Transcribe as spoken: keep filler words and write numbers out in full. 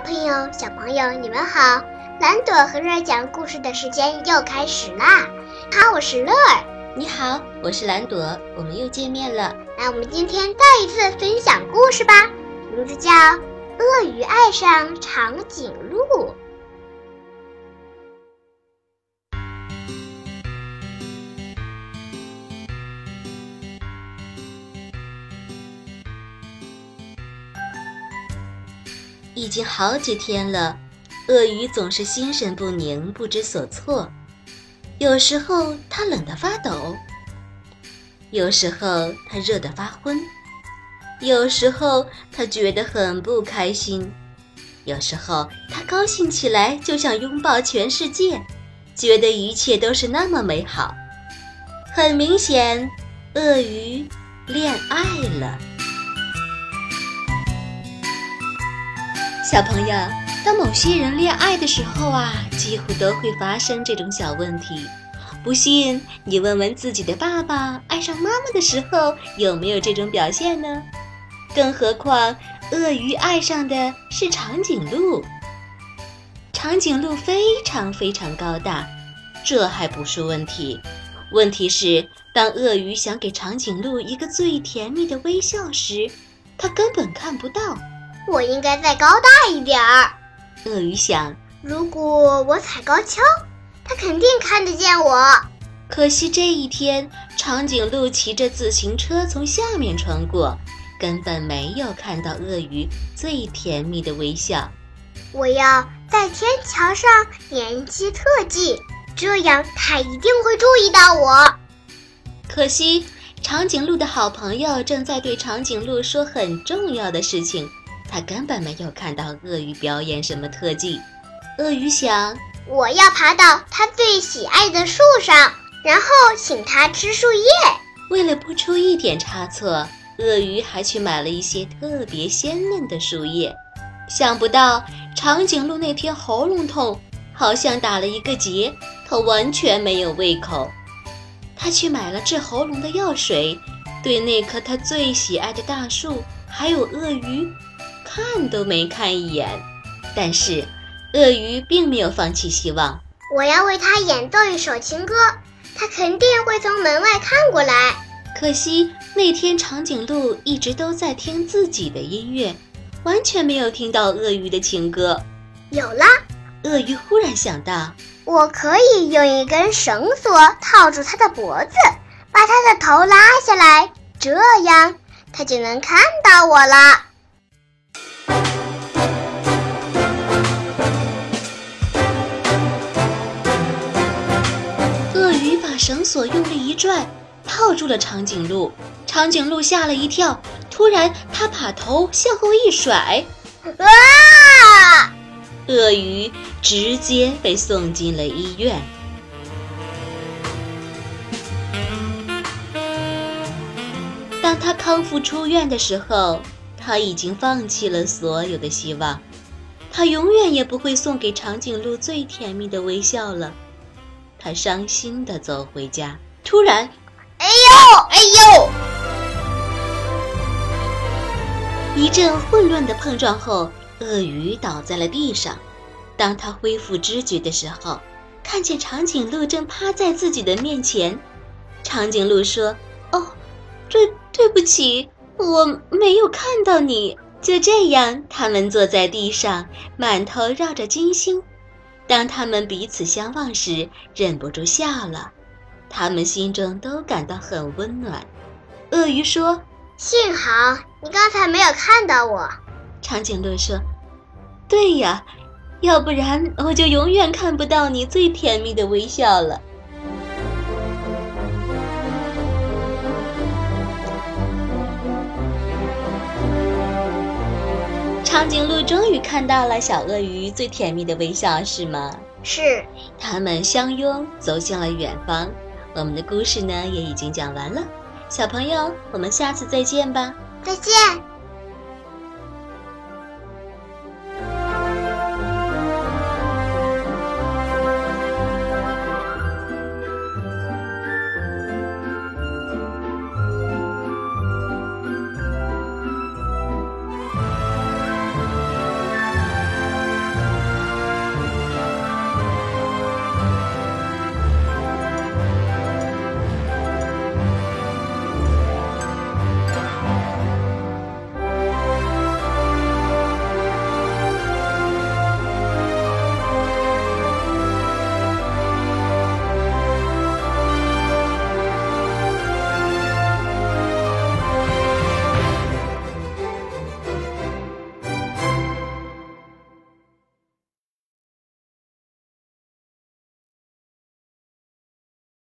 朋友，小朋友，你们好！蓝朵和乐儿讲故事的时间又开始啦！好，我是乐儿。 你好，我是蓝朵，我们又见面了。 那我们今天再一次分享故事吧，名字叫《鳄鱼爱上长颈鹿》。 已经好几天了，鳄鱼总是心神不宁，不知所措。有时候它冷得发抖，有时候它热得发昏，有时候它觉得很不开心，有时候它高兴起来就想拥抱全世界，觉得一切都是那么美好。很明显，鳄鱼恋爱了。小朋友，当某些人恋爱的时候啊，几乎都会发生这种小问题。不信，你问问自己的爸爸，爱上妈妈的时候有没有这种表现呢？更何况，鳄鱼爱上的是长颈鹿。长颈鹿非常非常高大，这还不是问题。问题是，当鳄鱼想给长颈鹿一个最甜蜜的微笑时，它根本看不到。 我应该再高大一点儿， 鳄鱼想。 如果我踩高跷，它肯定看得见我。 可惜这一天，长颈鹿骑着自行车从下面穿过，根本没有看到鳄鱼最甜蜜的微笑。 我要在天桥上连接特技，这样它一定会注意到我。 可惜，长颈鹿的好朋友正在对长颈鹿说很重要的事情。他根本没有看到鳄鱼表演什么特技。鳄鱼想， 我要爬到他最喜爱的树上，然后请他吃树叶。 为了不出一点差错，鳄鱼还去买了一些特别鲜嫩的树叶。想不到长颈鹿那天喉咙痛，好像打了一个结，它完全没有胃口。他去买了治喉咙的药水，对那棵他最喜爱的大树还有鳄鱼看都没看一眼。但是鳄鱼并没有放弃希望。 我要为他演奏一首情歌，他肯定会从门外看过来。 可惜那天长颈鹿一直都在听自己的音乐，完全没有听到鳄鱼的情歌。 有啦， 鳄鱼忽然想到， 我可以用一根绳索套住他的脖子，把他的头拉下来，这样他就能看到我了。 绳索用力一拽，套住了长颈鹿。长颈鹿吓了一跳，突然他把头向后一甩， 啊！ 鳄鱼直接被送进了医院。当他康复出院的时候，他已经放弃了所有的希望，他永远也不会送给长颈鹿最甜蜜的微笑了。他伤心地走回家，突然， 哎呦哎呦！ 一阵混乱的碰撞后，鳄鱼倒在了地上。当他恢复知觉的时候，看见长颈鹿正趴在自己的面前。长颈鹿说：“哦，对对不起，我没有看到你。”就这样，他们坐在地上，满头绕着金星。当他们彼此相望时，忍不住笑了，他们心中都感到很温暖。鳄鱼说：“ 幸好你刚才没有看到我。” 长颈鹿说：“对呀，要不然我就永远看不到你最甜蜜的微笑了。”长颈鹿终于看到了小鳄鱼最甜蜜的微笑，是吗？ 是。 他们相拥走向了远方。我们的故事呢也已经讲完了，小朋友，我们下次再见吧。 再见。